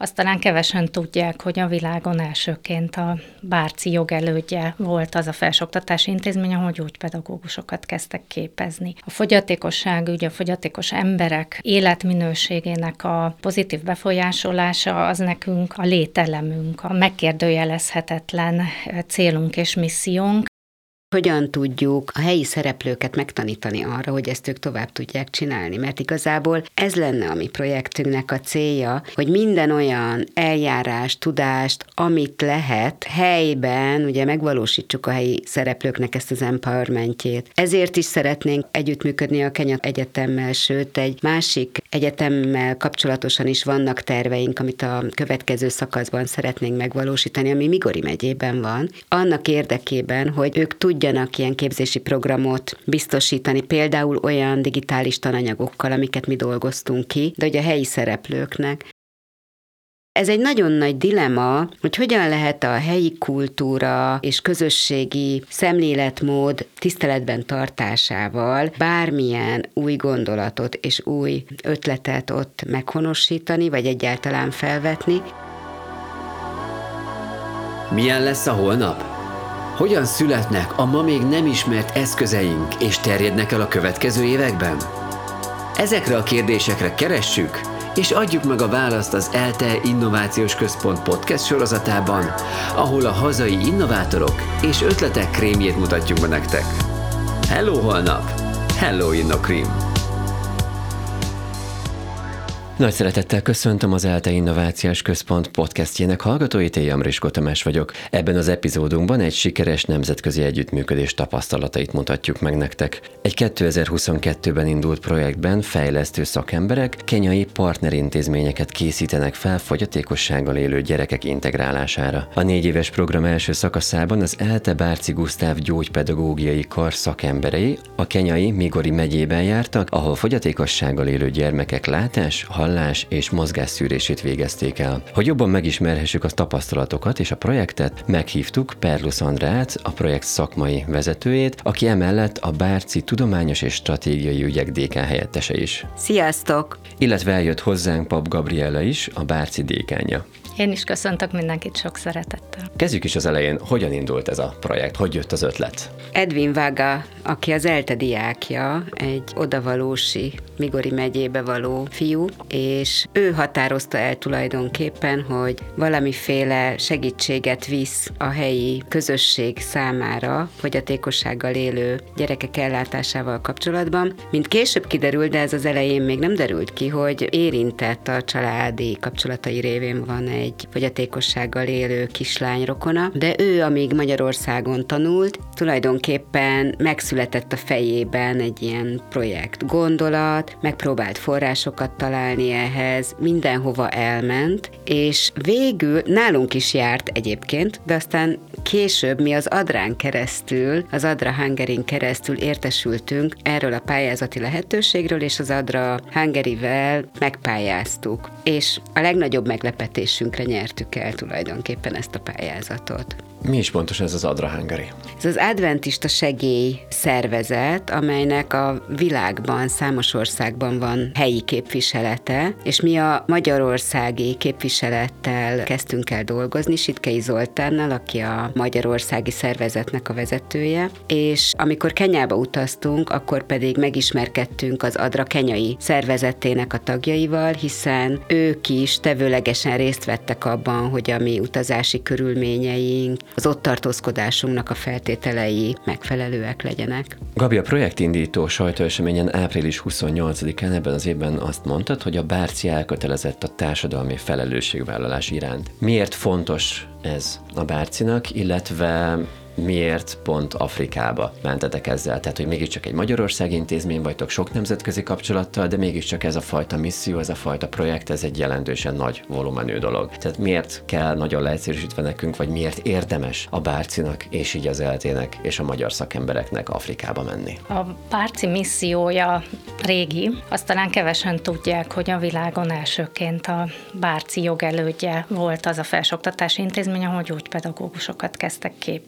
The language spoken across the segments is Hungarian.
Azt talán kevesen tudják, hogy a világon elsőként a Bárci jogelődje volt az a felsőoktatási intézmény, ahol gyógypedagógusokat kezdtek képezni. A fogyatékosság ügy, a fogyatékos emberek életminőségének a pozitív befolyásolása az nekünk a lételemünk, a megkérdőjelezhetetlen célunk és missziónk. Hogyan tudjuk a helyi szereplőket megtanítani arra, hogy ezt ők tovább tudják csinálni? Mert igazából ez lenne a mi projektünknek a célja, hogy minden olyan eljárás, tudást, amit lehet, helyben ugye megvalósítsuk a helyi szereplőknek ezt az empowermentjét. Ezért is szeretnénk együttműködni a Kenya Egyetemmel, sőt egy másik egyetemmel kapcsolatosan is vannak terveink, amit a következő szakaszban szeretnénk megvalósítani, ami Migori megyében van, annak érdekében, hogy ők tudjanak ilyen képzési programot biztosítani, például olyan digitális tananyagokkal, amiket mi dolgoztunk ki, de ugye a helyi szereplőknek. Ez egy nagyon nagy dilemma, hogy hogyan lehet a helyi kultúra és közösségi szemléletmód tiszteletben tartásával bármilyen új gondolatot és új ötletet ott meghonosítani, vagy egyáltalán felvetni. Milyen lesz a holnap? Hogyan születnek a ma még nem ismert eszközeink, és terjednek el a következő években? Ezekre a kérdésekre keressük, és adjuk meg a választ az ELTE Innovációs Központ podcast sorozatában, ahol a hazai innovátorok és ötletek krémjét mutatjuk be nektek. Hello holnap! Hello InnoCream! Nagy szeretettel köszöntöm az ELTE Innovációs Központ podcastjének hallgatóit, én Jamriskó Tamás vagyok. Ebben az epizódunkban egy sikeres nemzetközi együttműködés tapasztalatait mutatjuk meg nektek. Egy 2022-ben indult projektben fejlesztő szakemberek kenyai partnerintézményeket készítenek fel fogyatékossággal élő gyerekek integrálására. A 4 éves program első szakaszában az ELTE Bárci Gusztáv gyógypedagógiai kar szakemberei a kenyai Migori megyében jártak, ahol fogyatékossággal élő gyermekek látás, hallás és mozgásszűrését végezték el. Hogy jobban megismerhessük a tapasztalatokat és a projektet, meghívtuk Perlusz Andrát, a projekt szakmai vezetőjét, aki emellett a Bárci Tudományos és Stratégiai Ügyek dékán helyettese is. Sziasztok! Illetve eljött hozzánk Pap Gabriella is, a Bárci dékánja. Én is köszöntök mindenkit sok szeretettel. Kezdjük is az elején, hogyan indult ez a projekt, hogy jött az ötlet? Edwin Vaga, aki az ELTE diákja, egy odavalósi Migori megyébe való fiú, és ő határozta el tulajdonképpen, hogy valamiféle segítséget visz a helyi közösség számára fogyatékossággal élő gyerekek ellátásával kapcsolatban. Mint később kiderült, de ez az elején még nem derült ki, hogy érintett a családi kapcsolatai révén van egy fogyatékossággal élő kislány rokona, de ő, amíg Magyarországon tanult, tulajdonképpen megszületett a fejében egy ilyen projekt gondolat, megpróbált forrásokat találni ehhez, mindenhova elment, és végül nálunk is járt egyébként, de aztán később mi az Adrán keresztül, az Adra Hungarin keresztül értesültünk erről a pályázati lehetőségről, és az Adra Hungarivel megpályáztuk. És a legnagyobb meglepetésünkre nyertük el tulajdonképpen ezt a pályázatot. Mi is pontosan ez az Adra Hungary? Ez az adventista segély szervezet, amelynek a világban, számos országban van helyi képviselete, és mi a magyarországi képviselettel kezdtünk el dolgozni, Sitkei Zoltánnal, aki a magyarországi szervezetnek a vezetője, és amikor Kenyába utaztunk, akkor pedig megismerkedtünk az Adra kenyai szervezetének a tagjaival, hiszen ők is tevőlegesen részt vettek abban, hogy a mi utazási körülményeink, az ott tartózkodásunknak a feltételei megfelelőek legyenek. Gabi, a projektindító sajtóeseményen április 28-án ebben az évben azt mondtad, hogy a Bárci elkötelezett a társadalmi felelősségvállalás iránt. Miért fontos ez a Bárcinak, illetve miért pont Afrikába mentetek ezzel? Tehát, hogy mégiscsak egy Magyarországi intézmény vagytok sok nemzetközi kapcsolattal, de mégiscsak ez a fajta misszió, ez a fajta projekt, ez egy jelentősen nagy volumenű dolog. Tehát miért kell nagyon leegyszerűsítve nekünk, vagy miért érdemes a Bárcinak, és így az ELTE-nek és a magyar szakembereknek Afrikába menni? A Bárci missziója régi, azt talán kevesen tudják, hogy a világon elsőként a Bárci jogelődje volt az a felsőoktatási intézmény, ahol gyógypedagógusokat kezdtek képezni.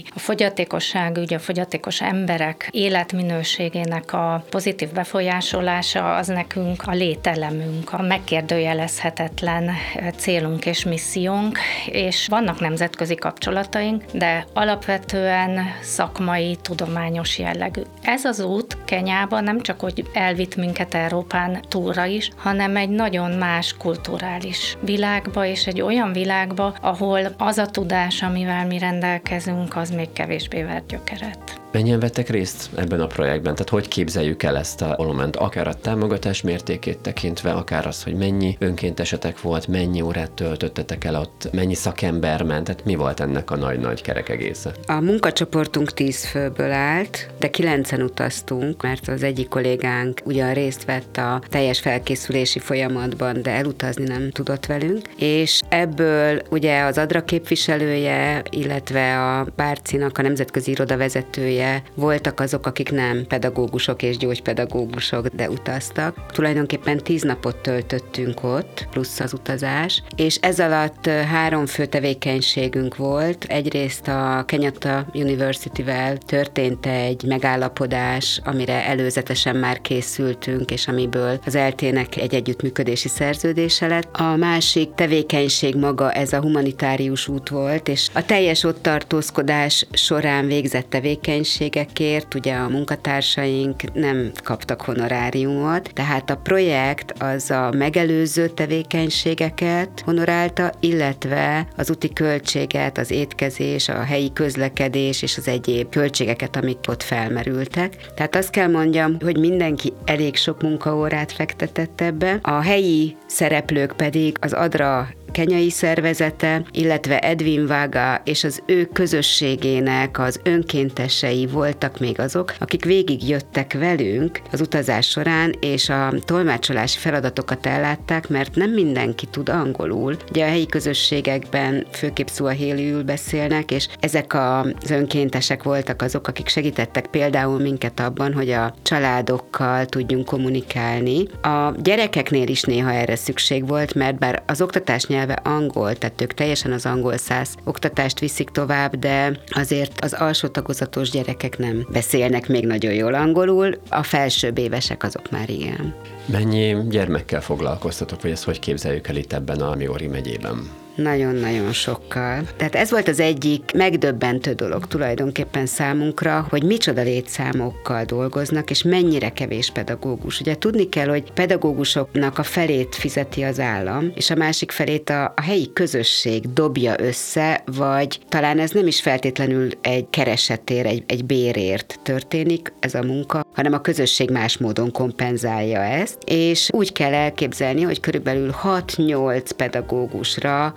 A fogyatékosságügy, a fogyatékos emberek életminőségének a pozitív befolyásolása az nekünk a lételemünk, a megkérdőjelezhetetlen célunk és missziónk, és vannak nemzetközi kapcsolataink, de alapvetően szakmai, tudományos jellegű. Ez az út Kenyában nem csak, hogy elvitt minket Európán túlra is, hanem egy nagyon más kulturális világba, és egy olyan világba, ahol az a tudás, amivel mi rendelkezünk, az még kevésbé vert gyökeret. Mennyien vettek részt ebben a projektben? Tehát hogy képzeljük el ezt a volument? Akár a támogatás mértékét tekintve, akár az, hogy mennyi önkéntesetek volt, mennyi órát töltöttetek el ott, mennyi szakember ment, tehát mi volt ennek a nagy-nagy kerek egésze? A munkacsoportunk 10 főből állt, de 9-en utaztunk, mert az egyik kollégánk ugyan részt vett a teljes felkészülési folyamatban, de elutazni nem tudott velünk, és ebből ugye az ADRA képviselője, illetve a Bárcinak a nemzetközi iroda vezetője voltak azok, akik nem pedagógusok és gyógypedagógusok, de utaztak. Tulajdonképpen 10 napot töltöttünk ott, plusz az utazás, és ez alatt 3 fő tevékenységünk volt. Egyrészt a Kenyatta University-vel történt egy megállapodás, amire előzetesen már készültünk, és amiből az ELTE-nek egy együttműködési szerződése lett. A másik tevékenység maga ez a humanitárius út volt, és a teljes ott tartózkodás során végzett tevékenységekért, ugye a munkatársaink nem kaptak honoráriumot, tehát a projekt az a megelőző tevékenységeket honorálta, illetve az úti költséget, az étkezés, a helyi közlekedés és az egyéb költségeket, amik ott felmerültek. Tehát azt kell mondjam, hogy mindenki elég sok munkaórát fektetett ebbe, a helyi szereplők pedig az ADRA kenyai szervezete, illetve Edwin Vaga és az ő közösségének az önkéntesei voltak még azok, akik végigjöttek velünk az utazás során, és a tolmácsolási feladatokat ellátták, mert nem mindenki tud angolul. Ugye a helyi közösségekben főképp szuahéliül beszélnek, és ezek az önkéntesek voltak azok, akik segítettek például minket abban, hogy a családokkal tudjunk kommunikálni. A gyerekeknél is néha erre szükség volt, mert bár az oktatás nyelve angol, tehát ők teljesen az angol száz oktatást viszik tovább, de azért az alsó tagozatos gyerekek nem beszélnek még nagyon jól angolul, a felsőbb évesek azok már igen. Mennyi gyermekkel foglalkoztatok, vagy ezt hogy képzeljük el itt ebben a Miori megyében? Nagyon-nagyon sokkal. Tehát ez volt az egyik megdöbbentő dolog tulajdonképpen számunkra, hogy micsoda létszámokkal dolgoznak, és mennyire kevés pedagógus. Ugye tudni kell, hogy pedagógusoknak a felét fizeti az állam, és a másik felét a helyi közösség dobja össze, vagy talán ez nem is feltétlenül egy keresetért, egy bérért történik ez a munka, hanem a közösség más módon kompenzálja ezt, és úgy kell elképzelni, hogy körülbelül 6-8 pedagógusra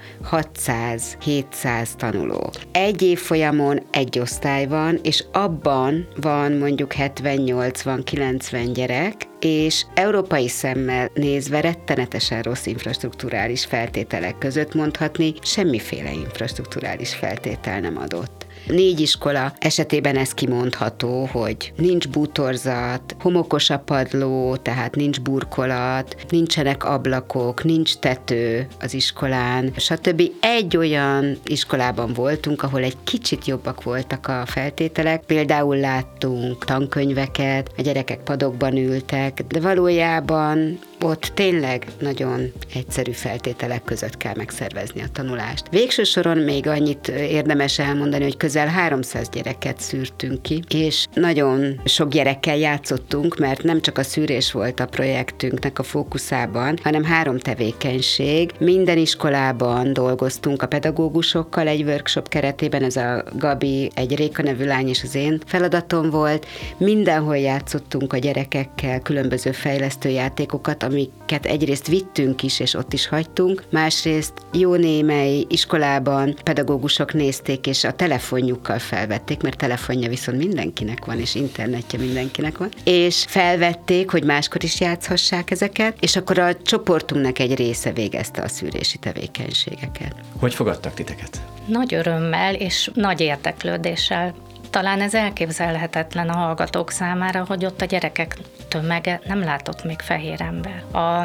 600-700 tanuló. Egy évfolyamon egy osztály van, és abban van mondjuk 70-80-90 gyerek, és európai szemmel nézve rettenetesen rossz infrastrukturális feltételek között mondhatni, semmiféle infrastrukturális feltétel nem adott. 4 iskola esetében ez kimondható, hogy nincs bútorzat, homokos a padló, tehát nincs burkolat, nincsenek ablakok, nincs tető az iskolán, stb. Egy olyan iskolában voltunk, ahol egy kicsit jobbak voltak a feltételek, például láttunk tankönyveket, a gyerekek padokban ültek, de valójában ott tényleg nagyon egyszerű feltételek között kell megszervezni a tanulást. Végső soron még annyit érdemes elmondani, hogy közel 300 gyereket szűrtünk ki, és nagyon sok gyerekkel játszottunk, mert nem csak a szűrés volt a projektünknek a fókuszában, hanem 3 tevékenység. Minden iskolában dolgoztunk a pedagógusokkal egy workshop keretében, ez a Gabi, egy Réka nevű lány és az én feladatom volt. Mindenhol játszottunk a gyerekekkel különböző fejlesztő játékokat, amiket egyrészt vittünk is, és ott is hagytunk, másrészt jó némely iskolában pedagógusok nézték, és a telefonjukkal felvették, mert telefonja viszont mindenkinek van, és internetje mindenkinek van, és felvették, hogy máskor is játszhassák ezeket, és akkor a csoportunknak egy része végezte a szűrési tevékenységeket. Hogy fogadtak titeket? Nagy örömmel és nagy érdeklődéssel. Talán ez elképzelhetetlen a hallgatók számára, hogy ott a gyerekek tömege nem látott még fehér ember. A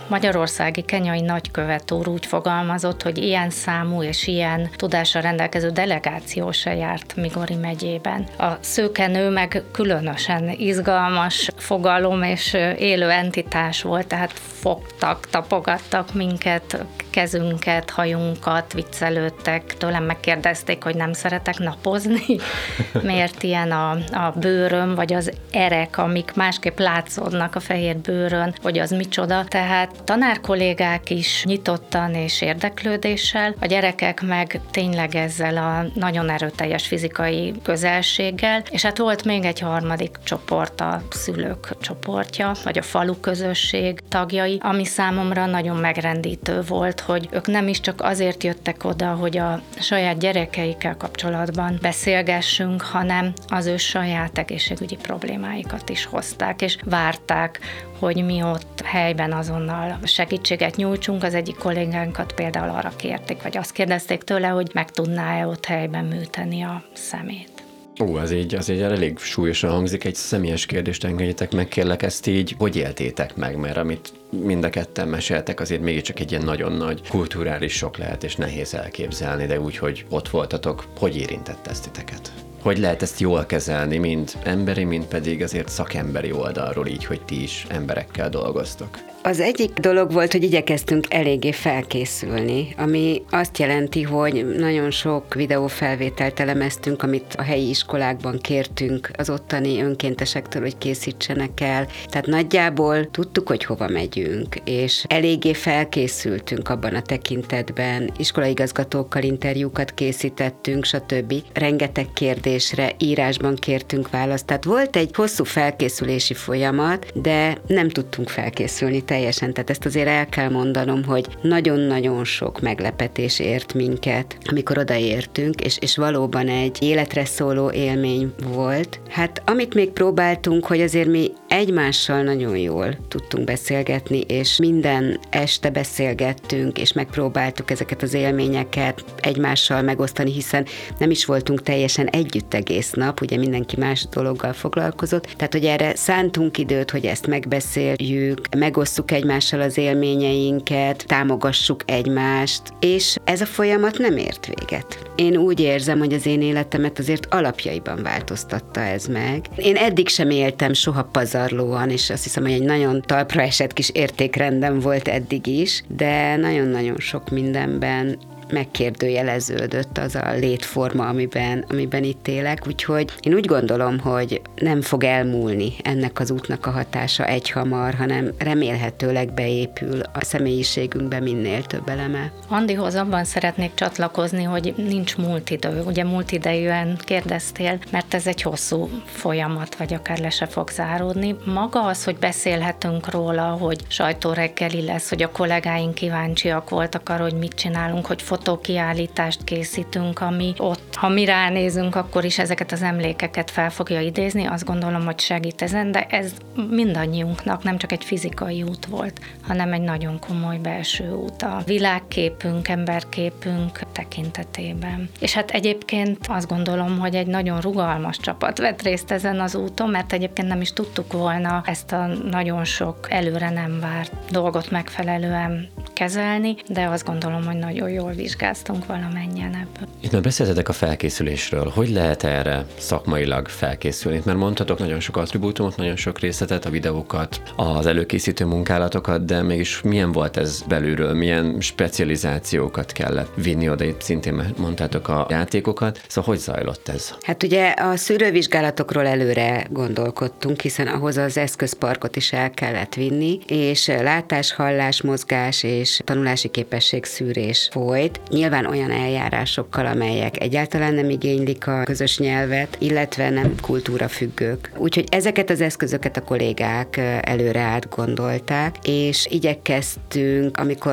magyarországi kenyai nagykövet úr úgy fogalmazott, hogy ilyen számú és ilyen tudással rendelkező delegáció se járt Migori megyében. A szőkenő meg különösen izgalmas fogalom és élő entitás volt, tehát fogtak, tapogattak minket, kezünket, hajunkat, viccelődtek, tőlem megkérdezték, hogy nem szeretek napozni, miért ilyen a bőröm, vagy az erek, amik másképp látszódnak a fehér bőrön, hogy az micsoda. Tehát tanárkollégák is nyitottan és érdeklődéssel, a gyerekek meg tényleg ezzel a nagyon erőteljes fizikai közelséggel, és hát volt még egy harmadik csoport, a szülők csoportja, vagy a falu közösség tagjai, ami számomra nagyon megrendítő volt, hogy ők nem is csak azért jöttek oda, hogy a saját gyerekeikkel kapcsolatban beszélgessünk, hanem az ő saját egészségügyi problémáikat is hozták, és várták, hogy mi ott helyben azonnal segítséget nyújtsunk. Az egyik kollégánkat például arra kérték, vagy azt kérdezték tőle, hogy meg tudná-e ott helyben műteni a szemét. Ó, az így elég súlyosan hangzik. Egy személyes kérdést engedjétek meg, kérlek, ezt így hogy éltétek meg? Mert amit mind a ketten meséltek, azért mégiscsak egy ilyen nagyon nagy kulturális sok lehet, és nehéz elképzelni, de úgy, hogy ott voltatok, hogy érintett ezt titeket? Hogy lehet ezt jól kezelni, mind emberi, mind pedig azért szakemberi oldalról így, hogy ti is emberekkel dolgoztok? Az egyik dolog volt, hogy igyekeztünk eléggé felkészülni, ami azt jelenti, hogy nagyon sok videófelvételt elemeztünk, amit a helyi iskolákban kértünk az ottani önkéntesektől, hogy készítsenek el. Tehát nagyjából tudtuk, hogy hova megyünk, és eléggé felkészültünk abban a tekintetben. Iskolaigazgatókkal interjúkat készítettünk, stb. Rengeteg kérdésre írásban kértünk választ. Tehát volt egy hosszú felkészülési folyamat, de nem tudtunk felkészülni teljesen, tehát ezt azért el kell mondanom, hogy nagyon-nagyon sok meglepetés ért minket, amikor odaértünk, és valóban egy életre szóló élmény volt. Hát amit még próbáltunk, hogy azért mi egymással nagyon jól tudtunk beszélgetni, és minden este beszélgettünk, és megpróbáltuk ezeket az élményeket egymással megosztani, hiszen nem is voltunk teljesen együtt egész nap, ugye mindenki más dologgal foglalkozott, tehát hogy erre szántunk időt, hogy ezt megbeszéljük, megosztjuk egymással az élményeinket, támogassuk egymást, és ez a folyamat nem ért véget. Én úgy érzem, hogy az én életemet azért alapjaiban változtatta ez meg. Én eddig sem éltem soha pazarlóan, és azt hiszem, hogy egy nagyon talpra esett kis értékrendem volt eddig is, de nagyon-nagyon sok mindenben megkérdőjeleződött az a létforma, amiben itt élek, úgyhogy én úgy gondolom, hogy nem fog elmúlni ennek az útnak a hatása egyhamar, hanem remélhetőleg beépül a személyiségünkbe minél több eleme. Andihoz abban szeretnék csatlakozni, hogy nincs múlt idő. Ugye múlt idejűen kérdeztél, mert ez egy hosszú folyamat, vagy akár le se fog záródni. Maga az, hogy beszélhetünk róla, hogy sajtóreggeli lesz, hogy a kollégáink kíváncsiak voltak arra, hogy mit csinálunk, hogy fotókiállítást készítünk, ami ott, ha mi ránézünk, akkor is ezeket az emlékeket fel fogja idézni. Azt gondolom, hogy segít ezen, de ez mindannyiunknak nem csak egy fizikai út volt, hanem egy nagyon komoly belső út a világképünk, emberképünk tekintetében. És hát egyébként azt gondolom, hogy egy nagyon rugalmas csapat vett részt ezen az úton, mert egyébként nem is tudtuk volna ezt a nagyon sok előre nem várt dolgot megfelelően kezelni, de azt gondolom, hogy nagyon jól vizsgáztunk valamennyien ebből. Itt már beszéltetek a felkészülésről. Hogy lehet erre szakmailag felkészülni? Mert mondhatok nagyon sok attribútumot, nagyon sok részletet, a videókat, az előkészítő munkálatokat, de mégis milyen volt ez belülről? Milyen specializációkat kellett vinni oda? Itt szintén mondtátok a játékokat. Szóval hogy zajlott ez? Hát ugye a szűrővizsgálatokról előre gondolkodtunk, hiszen ahhoz az eszközparkot is el kellett vinni, és látás, hallás, mozgás és tanulási képesség szűrés folyt. Nyilván olyan eljárásokkal, amelyek egyáltalán nem igénylik a közös nyelvet, illetve nem kultúrafüggők. Úgyhogy ezeket az eszközöket a kollégák előre átgondolták, és igyekeztünk, amikor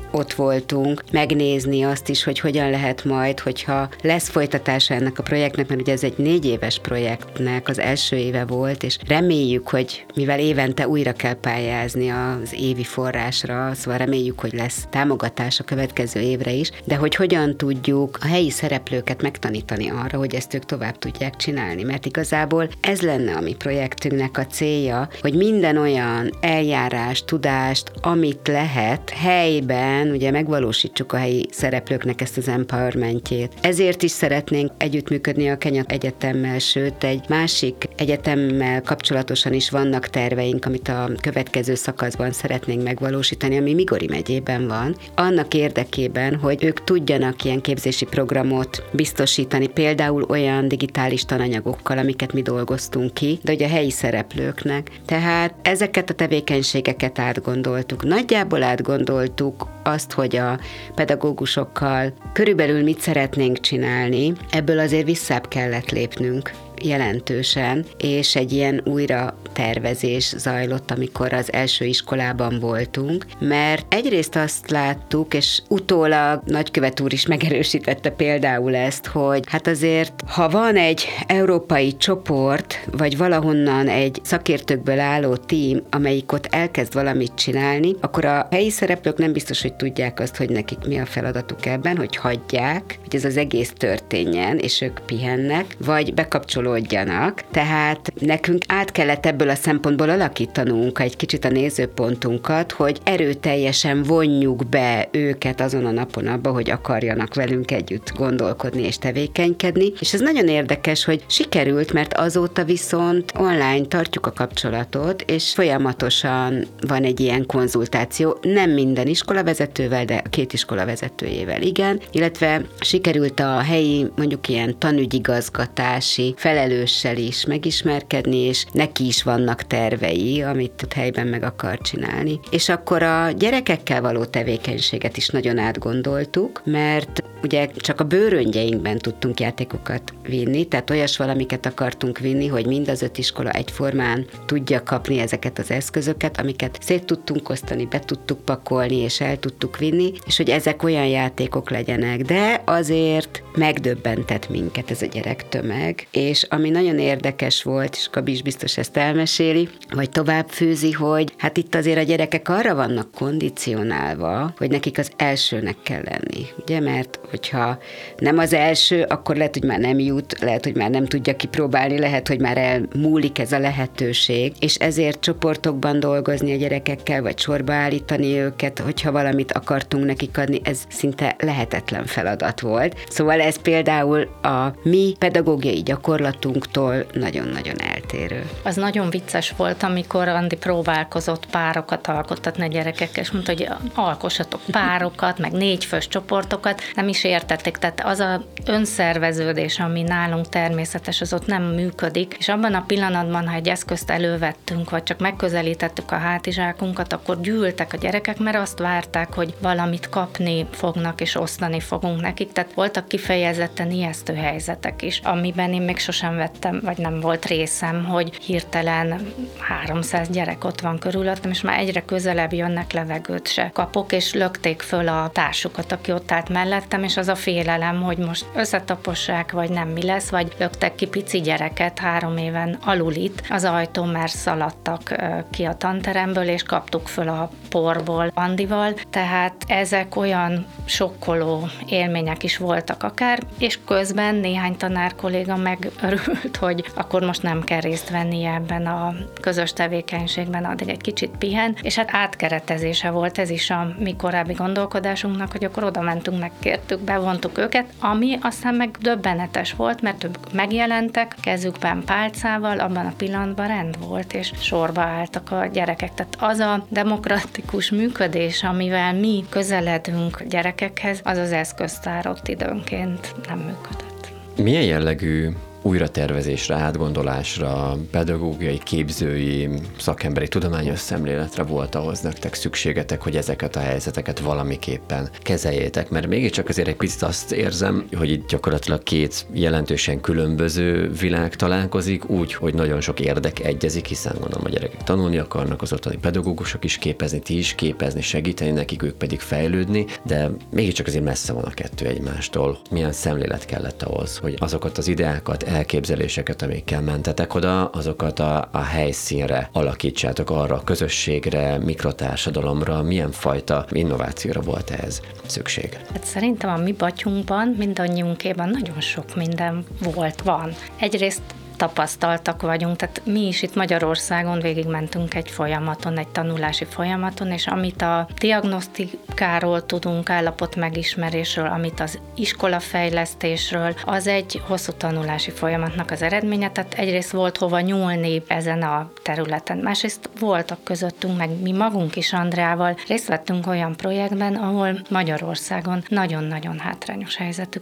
ott voltunk, megnézni azt is, hogy hogyan lehet majd, hogyha lesz folytatása ennek a projektnek, mert ugye ez egy 4 éves projektnek az első éve volt, és reméljük, hogy mivel évente újra kell pályázni az évi forrásra, szóval reméljük, hogy lesz támogatás a következő évre is, de hogy hogyan tudjuk a helyi szereplőket megtanítani arra, hogy ezt ők tovább tudják csinálni, mert igazából ez lenne a mi projektünknek a célja, hogy minden olyan eljárás, tudást, amit lehet helyben, ugye megvalósítsuk a helyi szereplőknek ezt az empowermentjét. Ezért is szeretnénk együttműködni a Kenya Egyetemmel, sőt egy másik egyetemmel kapcsolatosan is vannak terveink, amit a következő szakaszban szeretnénk megvalósítani, ami Migori megyében van, annak érdekében, hogy ők tudjanak ilyen képzési programot biztosítani, például olyan digitális tananyagokkal, amiket mi dolgoztunk ki, de ugye a helyi szereplőknek. Tehát ezeket a tevékenységeket átgondoltuk. Nagyjából átgondoltuk azt, hogy a pedagógusokkal körülbelül mit szeretnénk csinálni, ebből azért visszább kellett lépnünk jelentősen, és egy ilyen újra tervezés zajlott, amikor az első iskolában voltunk, mert egyrészt azt láttuk, és utólag nagykövet úr is megerősítette például ezt, hogy hát azért, ha van egy európai csoport, vagy valahonnan egy szakértőkből álló tím, amelyik ott elkezd valamit csinálni, akkor a helyi szereplők nem biztos, hogy tudják azt, hogy nekik mi a feladatuk ebben, hogy hagyják, hogy ez az egész történjen, és ők pihennek, vagy bekapcsolódjanak. Tehát nekünk át kellett ebből a szempontból alakítanunk egy kicsit a nézőpontunkat, hogy erőteljesen vonjuk be őket azon a napon abba, hogy akarjanak velünk együtt gondolkodni és tevékenykedni. És ez nagyon érdekes, hogy sikerült, mert azóta viszont online tartjuk a kapcsolatot, és folyamatosan van egy ilyen konzultáció, nem minden iskolavezetővel, de 2 iskolavezetőjével igen, illetve sikerült a helyi, mondjuk ilyen tanügyigazgatási felelőssel is megismerkedni, és neki is vannak tervei, amit ott helyben meg akar csinálni. És akkor a gyerekekkel való tevékenységet is nagyon átgondoltuk, mert ugye csak a bőröngyeinkben tudtunk játékokat vinni, tehát olyas valamiket akartunk vinni, hogy mind az 5 iskola egyformán tudja kapni ezeket az eszközöket, amiket szét tudtunk osztani, be tudtuk pakolni, és el tudtuk vinni, és hogy ezek olyan játékok legyenek, de azért megdöbbentett minket ez a gyerektömeg, és ami nagyon érdekes volt, és Gabi is biztos ezt elmeséli, vagy tovább fűzi, hogy hát itt azért a gyerekek arra vannak kondicionálva, hogy nekik az elsőnek kell lenni, ugye, mert hogyha nem az első, akkor lehet, hogy már nem jut, lehet, hogy már nem tudja kipróbálni, lehet, hogy már elmúlik ez a lehetőség, és ezért csoportokban dolgozni a gyerekekkel, vagy sorba állítani őket, hogyha valamit akartunk nekik adni, ez szinte lehetetlen feladat volt. Szóval ez például a mi pedagógiai gyakorlatunktól nagyon-nagyon eltérő. Az nagyon vicces volt, amikor Andi próbálkozott párokat alkottatni a gyerekekkel, és mondta, hogy alkossatok párokat, meg 4 fős csoportokat, nem is értették, tehát az a önszerveződés, ami nálunk természetes, az ott nem működik, és abban a pillanatban, ha egy eszközt elővettünk, vagy csak megközelítettük a hátizsákunkat, akkor gyűltek a gyerekek, mert azt várták, hogy valamit kapni fognak, és osztani fogunk nekik, tehát voltak kifejezetten ijesztő helyzetek is, amiben én még sosem vettem, vagy nem volt részem, hogy hirtelen 300 gyerek ott van körülöttem, és már egyre közelebb jönnek, levegőt se kapok, és lökték föl a társukat, aki ott állt mellettem, és az a félelem, hogy most összetapossák, vagy nem mi lesz, vagy löktek ki pici gyereket, 3 éven alulit az ajtón, mert szaladtak ki a tanteremből, és kaptuk föl a porból Andival, tehát ezek olyan sokkoló élmények is voltak akár, és közben néhány tanár kolléga megörült, hogy akkor most nem kell részt venni ebben a közös tevékenységben, addig egy kicsit pihen, és hát átkeretezése volt ez is a mi korábbi gondolkodásunknak, hogy akkor oda mentünk, megkértük, bevontuk őket, ami aztán meg döbbenetes volt, mert ők megjelentek, kezükben pálcával, abban a pillanatban rend volt, és sorba álltak a gyerekek. Tehát az a demokratikus működés, amivel mi közeledünk gyerekekhez, az az eszköztár ott időnként nem működött. Milyen jellegű újratervezésre, átgondolásra, pedagógiai, képzői, szakemberi, tudományos szemléletre volt ahhoz nektek szükségetek, hogy ezeket a helyzeteket valamiképpen kezeljétek, mert mégiscsak azért egy picit azt érzem, hogy itt gyakorlatilag két jelentősen különböző világ találkozik, úgy, hogy nagyon sok érdek egyezik, hiszen gondolom, a gyerekek tanulni akarnak, az ottani pedagógusok is képezni, ti is képezni, segíteni nekik, ők pedig fejlődni, de mégiscsak azért messze van a kettő egymástól. Milyen szemlélet kellett ahhoz, hogy azokat az ideákat, elképzeléseket, amikkel mentetek oda, azokat a helyszínre alakítsátok, arra a közösségre, mikrotársadalomra, milyen fajta innovációra volt ehhez szükség? Hát szerintem a mi batyunkban, mindannyiunkéban nagyon sok minden van. Egyrészt tapasztaltak vagyunk, tehát mi is itt Magyarországon végigmentünk egy folyamaton, egy tanulási folyamaton, és amit a diagnosztikáról tudunk, állapot megismerésről, amit az iskolafejlesztésről, az egy hosszú tanulási folyamatnak az eredménye, tehát egyrészt volt hova nyúlni ezen a területen, másrészt voltak közöttünk, meg mi magunk is Andreával részt vettünk olyan projektben, ahol Magyarországon nagyon-nagyon hátrányos helyzetű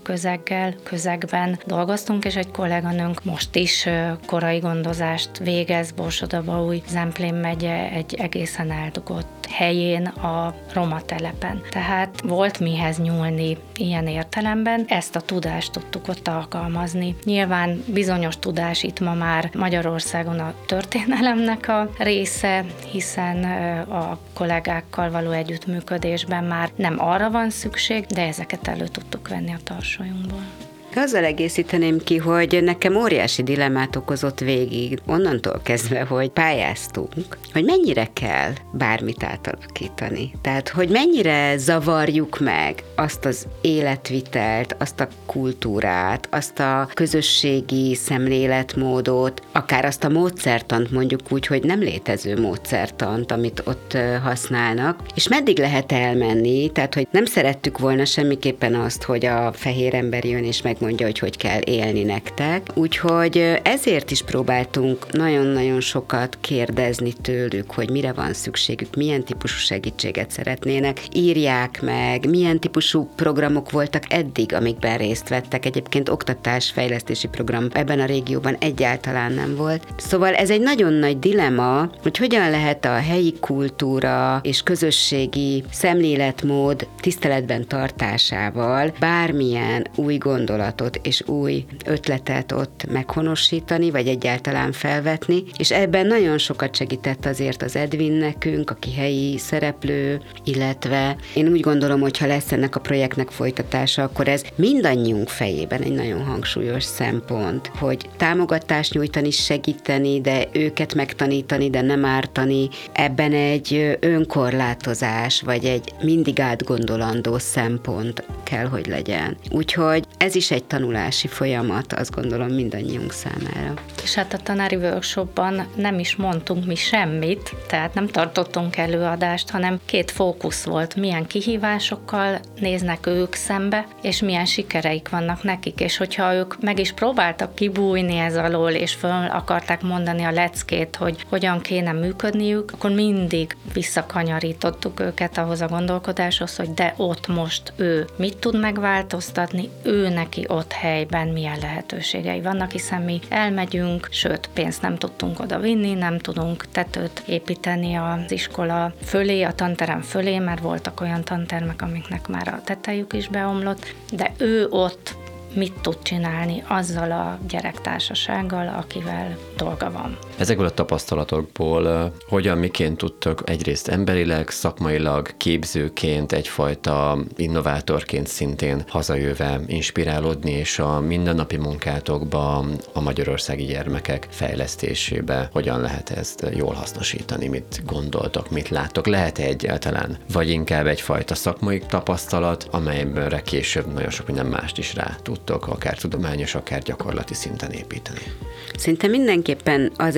közegben dolgoztunk, és egy kolléganőnk most is korai gondozást végez Borsod-Abaúj, Zemplén megye egy egészen eldugott helyén a roma telepen. Tehát volt mihez nyúlni ilyen értelemben, ezt a tudást tudtuk ott alkalmazni. Nyilván bizonyos tudás itt ma már Magyarországon a történelemnek a része, hiszen a kollégákkal való együttműködésben már nem arra van szükség, de ezeket elő tudtuk venni a tarsolyunkból. Azzal egészíteném ki, hogy nekem óriási dilemmát okozott végig, onnantól kezdve, hogy pályáztunk, hogy mennyire kell bármit átalakítani. Tehát, hogy mennyire zavarjuk meg azt az életvitelt, azt a kultúrát, azt a közösségi szemléletmódot, akár azt a módszertant, mondjuk úgy, hogy nem létező módszertant, amit ott használnak, és meddig lehet elmenni, tehát, hogy nem szerettük volna semmiképpen azt, hogy a fehér ember jön és megmondja, hogy kell élni nektek. Úgyhogy ezért is próbáltunk nagyon-nagyon sokat kérdezni tőlük, hogy mire van szükségük, milyen típusú segítséget szeretnének, írják meg, milyen típusú programok voltak eddig, amikben részt vettek. Egyébként oktatásfejlesztési program ebben a régióban egyáltalán nem volt. Szóval ez egy nagyon nagy dilemma, hogy hogyan lehet a helyi kultúra és közösségi szemléletmód tiszteletben tartásával bármilyen új gondolatot és új ötletet ott meghonosítani, vagy egyáltalán felvetni, és ebben nagyon sokat segített azért az Edwin nekünk, aki helyi szereplő, illetve én úgy gondolom, hogy ha lesz ennek a projektnek folytatása, akkor ez mindannyiunk fejében egy nagyon hangsúlyos szempont, hogy támogatást nyújtani, segíteni, de őket megtanítani, de nem ártani, ebben egy önkorlátozás, vagy egy mindig átgondolandó szempont kell, hogy legyen. Úgyhogy ez is egy tanulási folyamat, azt gondolom mindannyiunk számára. És hát a tanári workshopban nem is mondtunk mi semmit, tehát nem tartottunk előadást, hanem két fókusz volt, milyen kihívásokkal néznek ők szembe, és milyen sikereik vannak nekik, és hogyha ők meg is próbáltak kibújni ez alól, és föl akarták mondani a leckét, hogy hogyan kéne működniük, akkor mindig visszakanyarítottuk őket ahhoz a gondolkodáshoz, hogy de ott most ő mit tud megváltoztatni, ő neki ott helyben milyen lehetőségei vannak, hiszen mi elmegyünk, sőt, pénzt nem tudtunk oda vinni, nem tudunk tetőt építeni az iskola fölé, a tanterem fölé, mert voltak olyan tantermek, amiknek már a tetejük is beomlott, de ő ott mit tud csinálni azzal a gyerektársasággal, akivel dolga van. Ezekből a tapasztalatokból hogyan, miként tudtok egyrészt emberileg, szakmailag, képzőként, egyfajta innovátorként szintén hazajöve inspirálódni, és a mindennapi munkátokba, a magyarországi gyermekek fejlesztésébe hogyan lehet ezt jól hasznosítani, mit gondoltok, mit láttok, lehet egyáltalán, vagy inkább egyfajta szakmai tapasztalat, amelyre később nagyon sok minden mást is rá tudtok, akár tudományos, akár gyakorlati szinten építeni. Szerintem mindenképpen az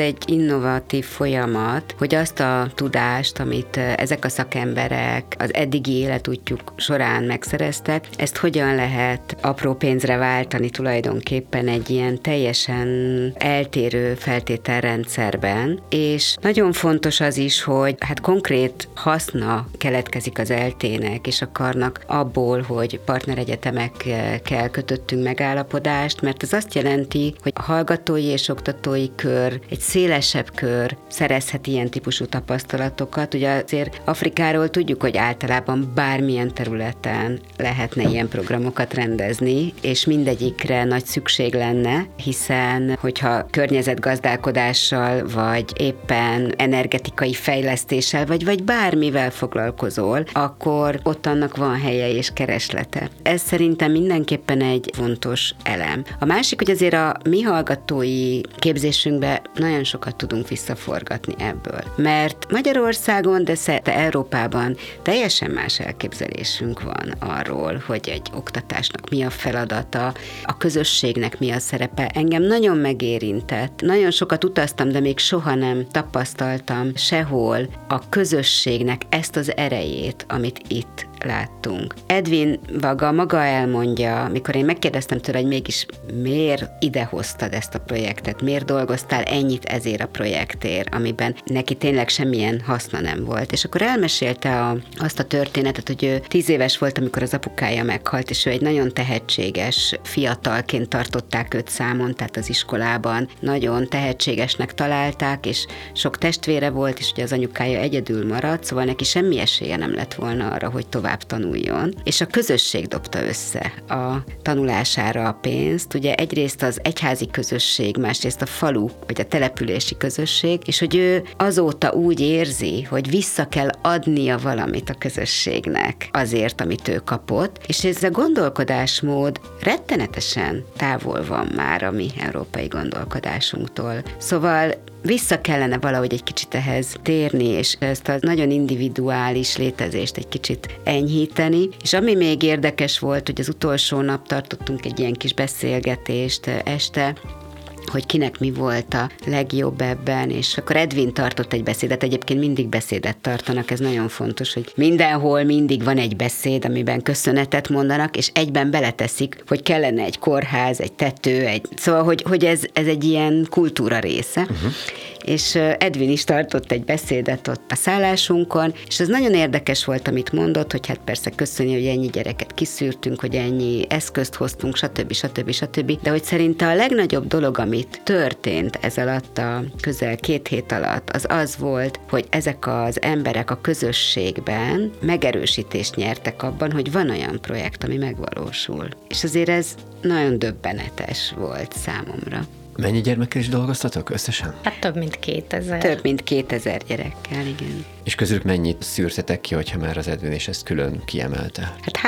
egy innovatív folyamat, hogy azt a tudást, amit ezek a szakemberek az eddigi életútjuk során megszereztek, ezt hogyan lehet apró pénzre váltani tulajdonképpen egy ilyen teljesen eltérő feltételrendszerben, és nagyon fontos az is, hogy hát konkrét haszna keletkezik az ELTE-nek, és akarnak abból, hogy partneregyetemekkel kötöttünk megállapodást, mert ez azt jelenti, hogy a hallgatói és oktatói kör, egy szélesebb kör szerezhet ilyen típusú tapasztalatokat. Ugye azért Afrikáról tudjuk, hogy általában bármilyen területen lehetne ilyen programokat rendezni, és mindegyikre nagy szükség lenne, hiszen hogyha környezetgazdálkodással, vagy éppen energetikai fejlesztéssel, vagy bármivel foglalkozol, akkor ott annak van helye és kereslete. Ez szerintem mindenképpen egy fontos elem. A másik, hogy azért a mi hallgatói képzésünkbe nagyon sokat tudunk visszaforgatni ebből. Mert Magyarországon, de szerte Európában teljesen más elképzelésünk van arról, hogy egy oktatásnak mi a feladata, a közösségnek mi a szerepe. Engem nagyon megérintett. Nagyon sokat utaztam, de még soha nem tapasztaltam sehol a közösségnek ezt az erejét, amit itt láttunk. Edwin maga elmondja, mikor én megkérdeztem tőle, hogy mégis miért idehoztad ezt a projektet, miért dolgoztál ennyit ezért a projektért, amiben neki tényleg semmilyen haszna nem volt. És akkor elmesélte azt a történetet, hogy ő 10 éves volt, amikor az apukája meghalt, és ő egy nagyon tehetséges fiatalként tartották őt számon, tehát az iskolában nagyon tehetségesnek találták, és sok testvére volt, és ugye az anyukája egyedül maradt, szóval neki semmi esélye nem lett volna arra, hogy tovább tanuljon, és a közösség dobta össze a tanulására a pénzt. Ugye egyrészt az egyházi közösség, másrészt a falu, vagy a települési közösség, és hogy ő azóta úgy érzi, hogy vissza kell adnia valamit a közösségnek azért, amit ő kapott, és ez a gondolkodásmód rettenetesen távol van már a mi európai gondolkodásunktól. Szóval vissza kellene valahogy egy kicsit ehhez térni, és ezt a nagyon individuális létezést egy kicsit enyhíteni. És ami még érdekes volt, hogy az utolsó nap tartottunk egy ilyen kis beszélgetést este, hogy kinek mi volt a legjobb ebben, és akkor Edwin tartott egy beszédet, egyébként mindig beszédet tartanak, ez nagyon fontos, hogy mindenhol mindig van egy beszéd, amiben köszönetet mondanak, és egyben beleteszik, hogy kellene egy kórház, egy tető, szóval, hogy ez egy ilyen kultúra része. Uh-huh. És Edwin is tartott egy beszédet ott a szállásunkon, és ez nagyon érdekes volt, amit mondott, hogy hát persze köszöni, hogy ennyi gyereket kiszűrtünk, hogy ennyi eszközt hoztunk, stb. De hogy szerinte a legnagyobb dolog, amit történt ez alatt a közel 2 hét alatt, az volt, hogy ezek az emberek a közösségben megerősítést nyertek abban, hogy van olyan projekt, ami megvalósul. És azért ez nagyon döbbenetes volt számomra. Mennyi gyermekkel is dolgoztatok összesen? Hát több mint 2000. Több mint 2000 gyerekkel, igen. És közülük mennyit szűrtetek ki, hogyha már az Edwin és ezt külön kiemelte? Hát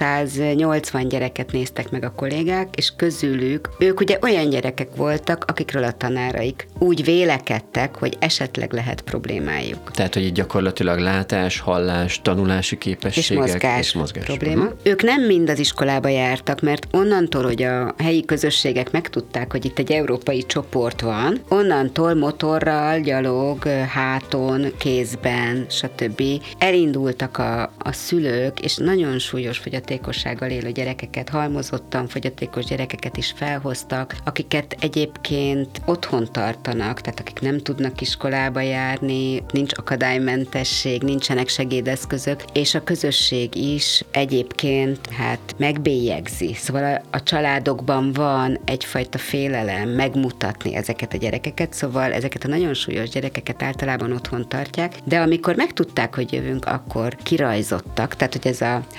380 gyereket néztek meg a kollégák, és közülük ők ugye olyan gyerekek voltak, akikről a tanáraik úgy vélekedtek, hogy esetleg lehet problémájuk. Tehát, hogy így gyakorlatilag látás, hallás, tanulási képességek és mozgás probléma. Uh-huh. Ők nem mind az iskolába jártak, mert onnantól, hogy a helyi közösségek megtudták, hogy itt egy európai csoport van, onnantól motorral, gyalog, háton, kézben, stb. Elindultak a szülők, és nagyon súlyos fogyatékossággal élő gyerekeket, halmozottan fogyatékos gyerekeket is felhoztak, akiket egyébként otthon tartanak, tehát akik nem tudnak iskolába járni, nincs akadálymentesség, nincsenek segédeszközök, és a közösség is egyébként megbélyegzi. Szóval a családokban van egyfajta félelem megmutatni ezeket a gyerekeket, szóval ezeket a nagyon súlyos gyerekeket általában otthon tartják, de amikor megtudták, hogy jövünk, akkor kirajzottak, tehát hogy ez a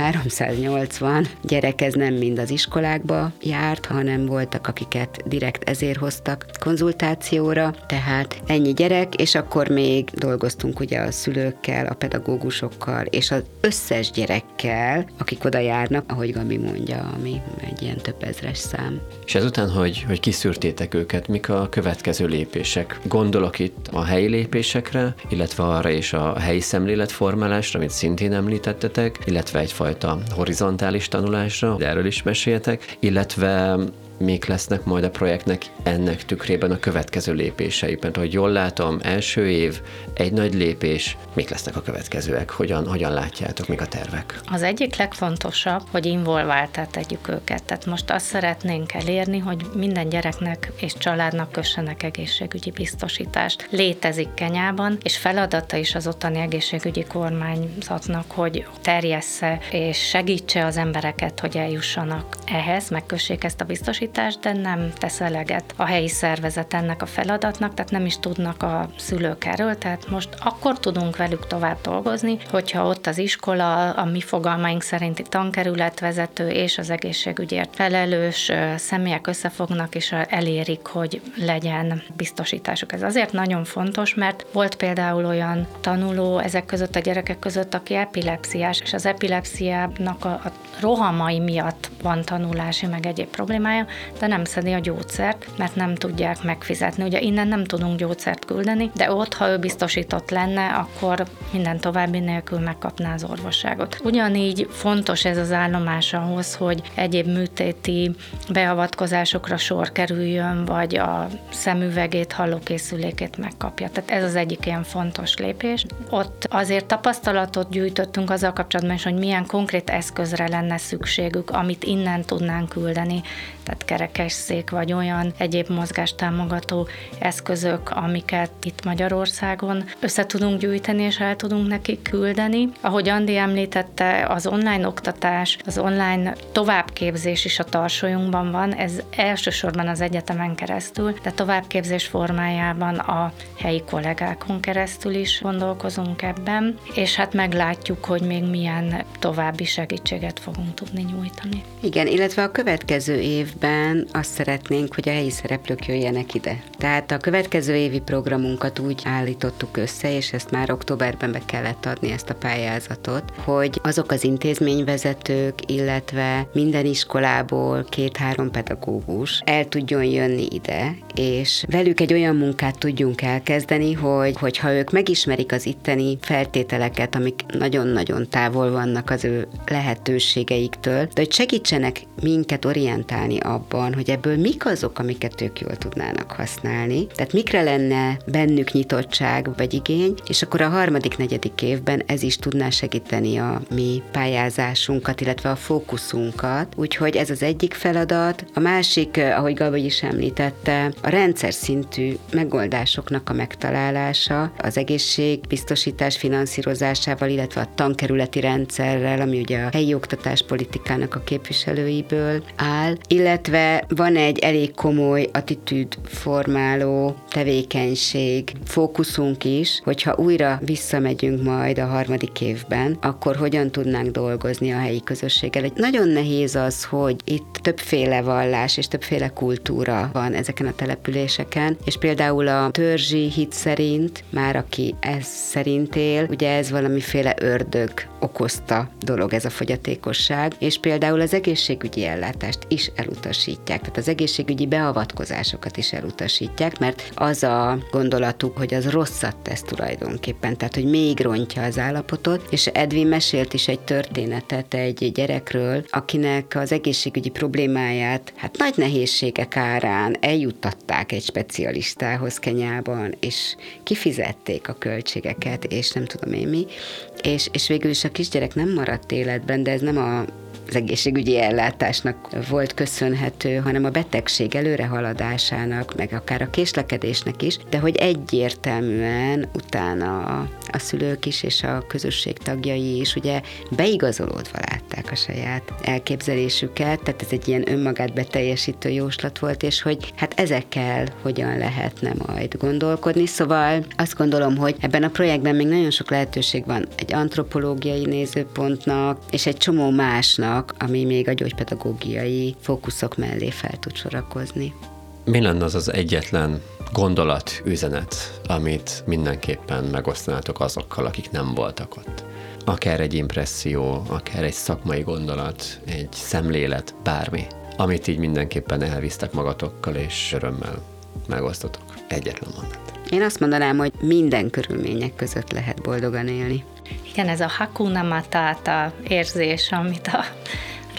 380 gyerek, ez nem mind az iskolákba járt, hanem voltak, akiket direkt ezért hoztak konzultációra, tehát ennyi gyerek, és akkor még dolgoztunk ugye a szülőkkel, a pedagógusokkal, és az összes gyerekkel, akik oda járnak, ahogy Gabi mondja, ami egy ilyen több ezres szám. És ezután, hogy kiszűrtétek őket, mik a következő lépések? Gondolok itt a helyi lépésekre, illetve arra is a helyi szemléletformálásra, amit szintén említettetek, illetve egyfajta horizontális tanulásra, de erről is meséltek, illetve mik lesznek majd a projektnek ennek tükrében a következő lépései? Mert ahogy jól látom, első év, egy nagy lépés, mik lesznek a következőek? Hogyan látjátok, mik a tervek? Az egyik legfontosabb, hogy involváltá tegyük őket. Tehát most azt szeretnénk elérni, hogy minden gyereknek és családnak kössenek egészségügyi biztosítást. Létezik Kenyában, és feladata is az ottani egészségügyi kormányzatnak, hogy terjessze és segítse az embereket, hogy eljussanak ehhez, megkössék ezt a biztosítást, de nem tesz eleget a helyi szervezet ennek a feladatnak, tehát nem is tudnak a szülők erről, tehát most akkor tudunk velük tovább dolgozni, hogyha ott az iskola, a mi fogalmaink szerinti tankerületvezető és az egészségügyért felelős személyek összefognak és elérik, hogy legyen biztosításuk. Ez azért nagyon fontos, mert volt például olyan tanuló ezek között a gyerekek között, aki epilepsziás, és az epilepsziának a rohamai miatt van tanulási meg egyéb problémája, de nem szedi a gyógyszert, mert nem tudják megfizetni. Ugye innen nem tudunk gyógyszert küldeni, de ott, ha ő biztosított lenne, akkor minden további nélkül megkapná az orvosságot. Ugyanígy fontos ez az állomás ahhoz, hogy egyéb műtéti beavatkozásokra sor kerüljön, vagy a szemüvegét, hallókészülékét megkapja. Tehát ez az egyik ilyen fontos lépés. Ott azért tapasztalatot gyűjtöttünk azzal kapcsolatban is, hogy milyen konkrét eszközre lenne szükségük, amit innen tudnánk küldeni, tehát kerekesszék, vagy olyan egyéb mozgástámogató eszközök, amiket itt Magyarországon össze tudunk gyűjteni, és el tudunk nekik küldeni. Ahogy Andi említette, az online oktatás, az online továbbképzés is a tarsolyunkban van, ez elsősorban az egyetemen keresztül, de továbbképzés formájában a helyi kollégákon keresztül is gondolkozunk ebben, és hát meglátjuk, hogy még milyen további segítséget fogunk tudni nyújtani. Igen, illetve a következő évben azt szeretnénk, hogy a helyi szereplők jöjjenek ide. Tehát a következő évi programunkat úgy állítottuk össze, és ezt már októberben be kellett adni, ezt a pályázatot, hogy azok az intézményvezetők, illetve minden iskolából 2-3 pedagógus el tudjon jönni ide, és velük egy olyan munkát tudjunk elkezdeni, hogy ha ők megismerik az itteni feltételeket, amik nagyon-nagyon távol vannak az ő lehetőségeiktől, de hogy segítsenek minket orientálni abban, hogy ebből mik azok, amiket ők jól tudnának használni, tehát mikre lenne bennük nyitottság vagy igény, és akkor a 3.-4. évben ez is tudná segíteni a mi pályázásunkat, illetve a fókuszunkat, úgyhogy ez az egyik feladat. A másik, ahogy Gabi is említette, a rendszer szintű megoldásoknak a megtalálása, az egészségbiztosítás finanszírozásával, illetve a tankerületi rendszerrel, ami ugye a helyi oktatáspolitikának a képviselőiből áll, illetve van egy elég komoly attitűdformáló tevékenység, fókuszunk is, hogyha újra visszamegyünk majd a 3. évben, akkor hogyan tudnánk dolgozni a helyi közösséggel. Nagyon nehéz az, hogy itt többféle vallás és többféle kultúra van ezeken a településeken, és például a törzsi hit szerint, már aki ez szerint él, ugye ez valamiféle ördög okozta dolog, ez a fogyatékosság, és például az egészségügyi ellátást is elutasítják, tehát az egészségügyi beavatkozásokat is elutasítják, mert az a gondolatuk, hogy az rosszat tesz tulajdonképpen, tehát hogy még rontja az állapotot, és Edwin mesélt is egy történetet egy gyerekről, akinek az egészségügyi problémáját hát nagy nehézségek árán eljuttatták egy specialistához Kenyában, és kifizették a költségeket, és nem tudom én mi, és végül is a kisgyerek nem maradt életben, de ez nem az egészségügyi ellátásnak volt köszönhető, hanem a betegség előrehaladásának, meg akár a késlekedésnek is, de hogy egyértelműen utána a szülők is és a közösség tagjai is ugye beigazolódva látták a saját elképzelésüket, tehát ez egy ilyen önmagát beteljesítő jóslat volt, és hogy hát ezekkel hogyan lehetne majd gondolkodni. Szóval azt gondolom, hogy ebben a projektben még nagyon sok lehetőség van egy antropológiai nézőpontnak, és egy csomó másnak, ami még a gyógypedagógiai fókuszok mellé fel tud sorakozni. Mi lenne az az egyetlen gondolat, üzenet, amit mindenképpen megosztanátok azokkal, akik nem voltak ott? Akár egy impresszió, akár egy szakmai gondolat, egy szemlélet, bármi, amit így mindenképpen elvisztek magatokkal, és örömmel megosztotok. Egyetlen mondat. Én azt mondanám, hogy minden körülmények között lehet boldogan élni. Igen, ez a Hakuna Matata érzés, amit a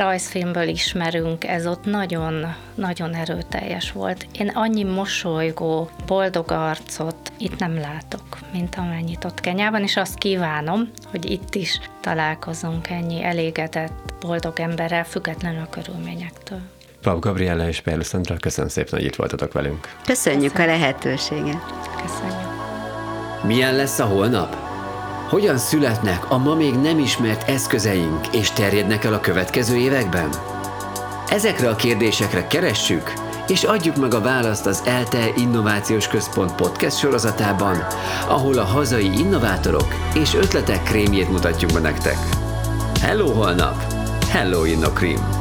rajzfilmből ismerünk, ez ott nagyon, nagyon erőteljes volt. Én annyi mosolygó, boldog arcot itt nem látok, mint amennyit ott Kenyában, és azt kívánom, hogy itt is találkozunk ennyi elégedett, boldog emberrel, függetlenül a körülményektől. Pap Gabriella és Perlus Szandra, köszönöm szépen, hogy itt voltatok velünk. Köszönjük a lehetőséget. Köszönjük. Milyen lesz a holnap? Hogyan születnek a ma még nem ismert eszközeink, és terjednek el a következő években? Ezekre a kérdésekre keressük, és adjuk meg a választ az ELTE Innovációs Központ podcast sorozatában, ahol a hazai innovátorok és ötletek krémjét mutatjuk be nektek. Hello holnap! Hello InnoCream!